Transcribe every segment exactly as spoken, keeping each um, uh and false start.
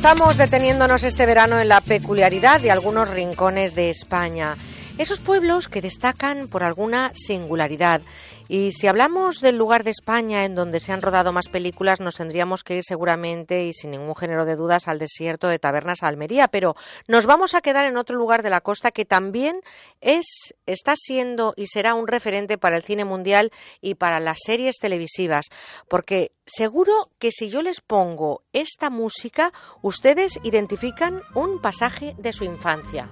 Estamos deteniéndonos este verano en la peculiaridad de algunos rincones de España. Esos pueblos que destacan por alguna singularidad. Y si hablamos del lugar de España en donde se han rodado más películas, nos tendríamos que ir seguramente y sin ningún género de dudas al desierto de Tabernas, Almería. Pero nos vamos a quedar en otro lugar de la costa que también es, está siendo y será un referente para el cine mundial y para las series televisivas. Porque seguro que si yo les pongo esta música, ustedes identifican un pasaje de su infancia.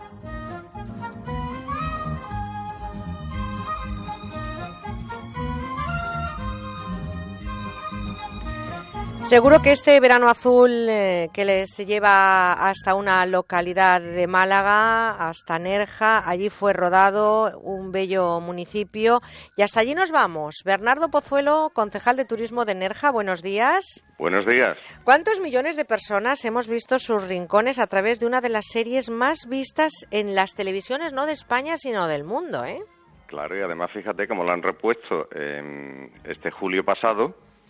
Seguro que este verano azul eh, que les lleva hasta una localidad de Málaga, hasta Nerja, allí fue rodado un bello municipio y hasta allí nos vamos. Bernardo Pozuelo, concejal de turismo de Nerja, buenos días. Buenos días. ¿Cuántos millones de personas hemos visto sus rincones a través de una de las series más vistas en las televisiones, no de España, sino del mundo, eh? Claro, y además fíjate cómo la han repuesto eh, este julio pasado.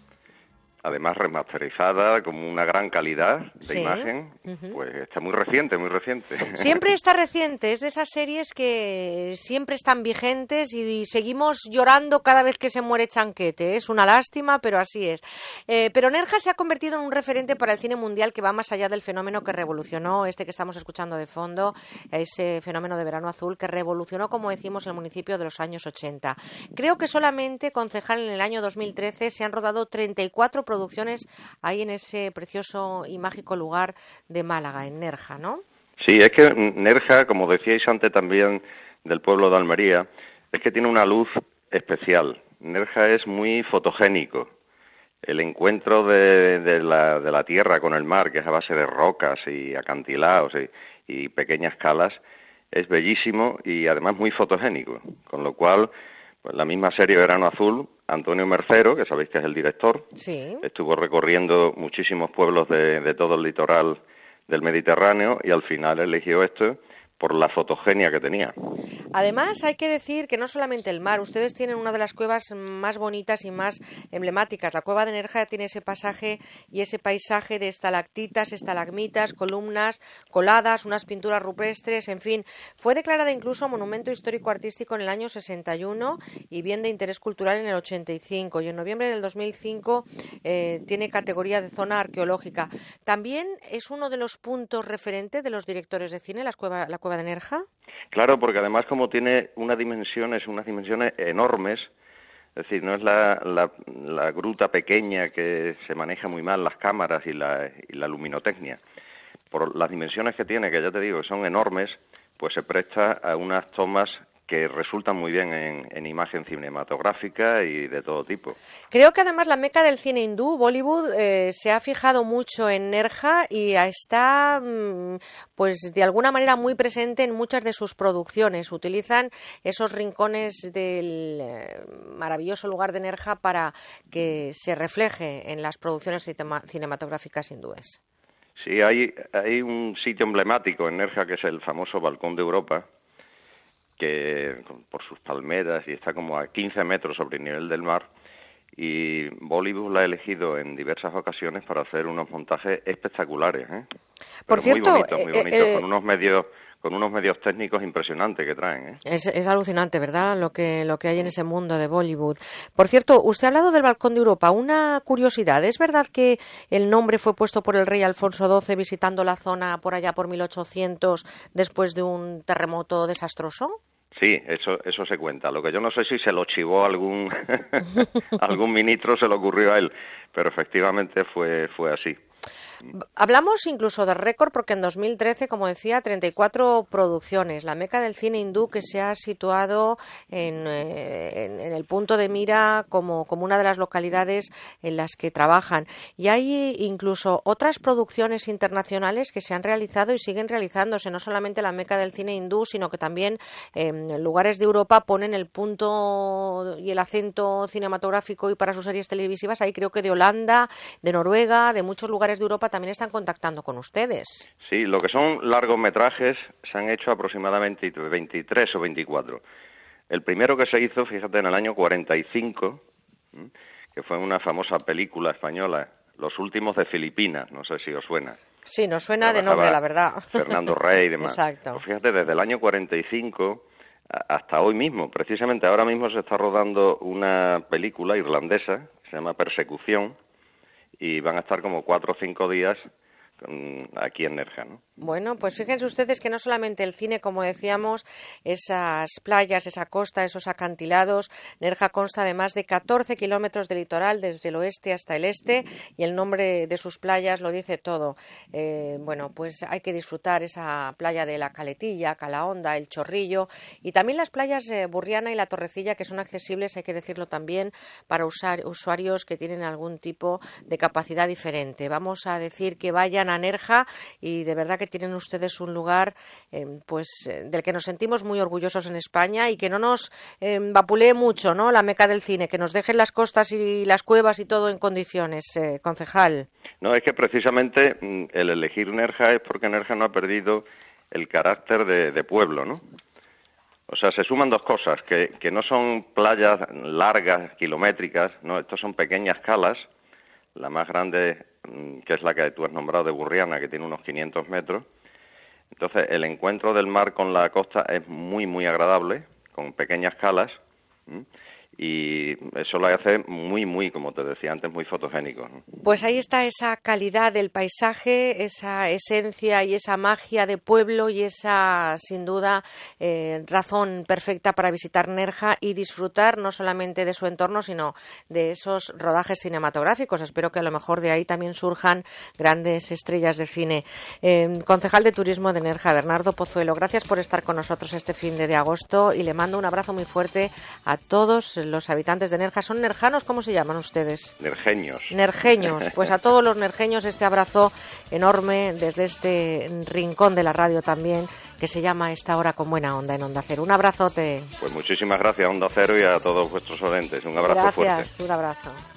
Además remasterizada, con una gran calidad de sí. imagen, uh-huh. Pues está muy reciente, muy reciente. Siempre está reciente, es de esas series que siempre están vigentes y seguimos llorando cada vez que se muere Chanquete. Es una lástima, pero así es. Eh, pero Nerja se ha convertido en un referente para el cine mundial que va más allá del fenómeno que revolucionó este que estamos escuchando de fondo, ese fenómeno de verano azul que revolucionó, como decimos, el municipio de los años ochenta. Creo que solamente, concejal, en el año dos mil trece se han rodado treinta y cuatro producciones producciones ahí en ese precioso y mágico lugar de Málaga, en Nerja, ¿no? Sí, es que Nerja, como decíais antes también del pueblo de Almería, es que tiene una luz especial. Nerja es muy fotogénico. El encuentro de, de, la, de la tierra con el mar, que es a base de rocas y acantilados y, y pequeñas calas, es bellísimo y además muy fotogénico, con lo cual pues la misma serie Verano Azul, Antonio Mercero, que sabéis que es el director, sí. Estuvo recorriendo muchísimos pueblos de, de todo el litoral del Mediterráneo y al final eligió esto por la fotogenia que tenía. Además, hay que decir que no solamente el mar, ustedes tienen una de las cuevas más bonitas y más emblemáticas. La cueva de Nerja tiene ese pasaje y ese paisaje de estalactitas, estalagmitas, columnas coladas, unas pinturas rupestres, en fin. Fue declarada incluso monumento histórico artístico en el año sesenta y uno y bien de interés cultural en el ochenta y cinco. Y en noviembre del dos mil cinco eh, tiene categoría de zona arqueológica. También es uno de los puntos referentes de los directores de cine, las cueva, la cueva de Nerja. Claro, porque además como tiene unas dimensiones, unas dimensiones enormes, es decir, no es la, la, la gruta pequeña que se maneja muy mal las cámaras y la, y la luminotecnia. Por las dimensiones que tiene, que ya te digo, que son enormes, pues se presta a unas tomas que resultan muy bien en, en imagen cinematográfica y de todo tipo. Creo que además la meca del cine hindú, Bollywood, eh, se ha fijado mucho en Nerja y está, pues de alguna manera, muy presente en muchas de sus producciones. Utilizan esos rincones del eh, maravilloso lugar de Nerja para que se refleje en las producciones cinematográficas hindúes. Sí, hay, hay un sitio emblemático en Nerja que es el famoso Balcón de Europa, que por sus palmeras y está como a quince metros sobre el nivel del mar, y Bollywood la ha elegido en diversas ocasiones para hacer unos montajes espectaculares, ¿eh? Por Pero cierto, muy bonitos, muy eh, bonitos, eh, con unos medios con unos medios técnicos impresionantes que traen, ¿eh? Es, es alucinante, ¿verdad?, lo que lo que hay en ese mundo de Bollywood. Por cierto, usted ha hablado del Balcón de Europa. Una curiosidad, ¿es verdad que el nombre fue puesto por el rey Alfonso doce visitando la zona por allá por mil ochocientos después de un terremoto desastroso? Sí, eso eso se cuenta. Lo que yo no sé si se lo chivó algún algún ministro, se le ocurrió a él, pero efectivamente fue fue así. Hablamos incluso de récord porque en dos mil trece, como decía, treinta y cuatro producciones. La meca del cine hindú que se ha situado en, eh, en, en el punto de mira como, como una de las localidades en las que trabajan. Y hay incluso otras producciones internacionales que se han realizado y siguen realizándose. No solamente la meca del cine hindú, sino que también en eh, lugares de Europa ponen el punto y el acento cinematográfico y para sus series televisivas. Ahí creo que de Holanda, de Noruega, de muchos lugares de Europa también están contactando con ustedes. Sí, lo que son largometrajes se han hecho aproximadamente veintitrés o veinticuatro. El primero que se hizo, fíjate, en el año cuarenta y cinco, que fue una famosa película española, Los últimos de Filipinas, no sé si os suena. Sí, nos suena de nombre, la verdad. Fernando Rey y demás. Exacto. Pues fíjate, desde el año cuarenta y cinco hasta hoy mismo, precisamente ahora mismo se está rodando una película irlandesa que se llama Persecución y van a estar como cuatro o cinco días aquí en Nerja, ¿no? Bueno, pues fíjense ustedes que no solamente el cine, como decíamos, esas playas, esa costa, esos acantilados. Nerja consta de más de catorce kilómetros de litoral desde el oeste hasta el este y el nombre de sus playas lo dice todo. Eh, bueno, pues hay que disfrutar esa playa de la Caletilla, Calahonda, el Chorrillo y también las playas eh, Burriana y la Torrecilla, que son accesibles, hay que decirlo también, para usar, usuarios que tienen algún tipo de capacidad diferente. Vamos a decir que vayan a Nerja y de verdad que tienen ustedes un lugar eh, pues eh, del que nos sentimos muy orgullosos en España y que no nos eh, vapulee mucho, ¿no? La meca del cine, que nos dejen las costas y las cuevas y todo en condiciones, eh, concejal. No, es que precisamente el elegir Nerja es porque Nerja no ha perdido el carácter de, de pueblo, ¿no? O sea, se suman dos cosas, que, que no son playas largas, kilométricas, no, estos son pequeñas calas. La más grande, que es la que tú has nombrado, de Burriana, que tiene unos quinientos metros. Entonces, el encuentro del mar con la costa es muy, muy agradable, con pequeñas calas, ¿sí? Y eso lo hace muy, muy, como te decía antes, muy fotogénico, ¿no? Pues ahí está esa calidad del paisaje, esa esencia y esa magia de pueblo y esa, sin duda, eh, razón perfecta para visitar Nerja y disfrutar no solamente de su entorno, sino de esos rodajes cinematográficos. Espero que a lo mejor de ahí también surjan grandes estrellas de cine. Eh, concejal de Turismo de Nerja, Bernardo Pozuelo, gracias por estar con nosotros este fin de, de agosto y le mando un abrazo muy fuerte a todos los habitantes de Nerja. ¿Son nerjanos? ¿Cómo se llaman ustedes? Nerjeños. Nerjeños. Pues a todos los nerjeños este abrazo enorme desde este rincón de la radio también, que se llama Esta Hora con Buena Onda en Onda Cero. Un abrazote. Pues muchísimas gracias a Onda Cero y a todos vuestros oyentes. Un abrazo gracias, fuerte. Gracias, un abrazo.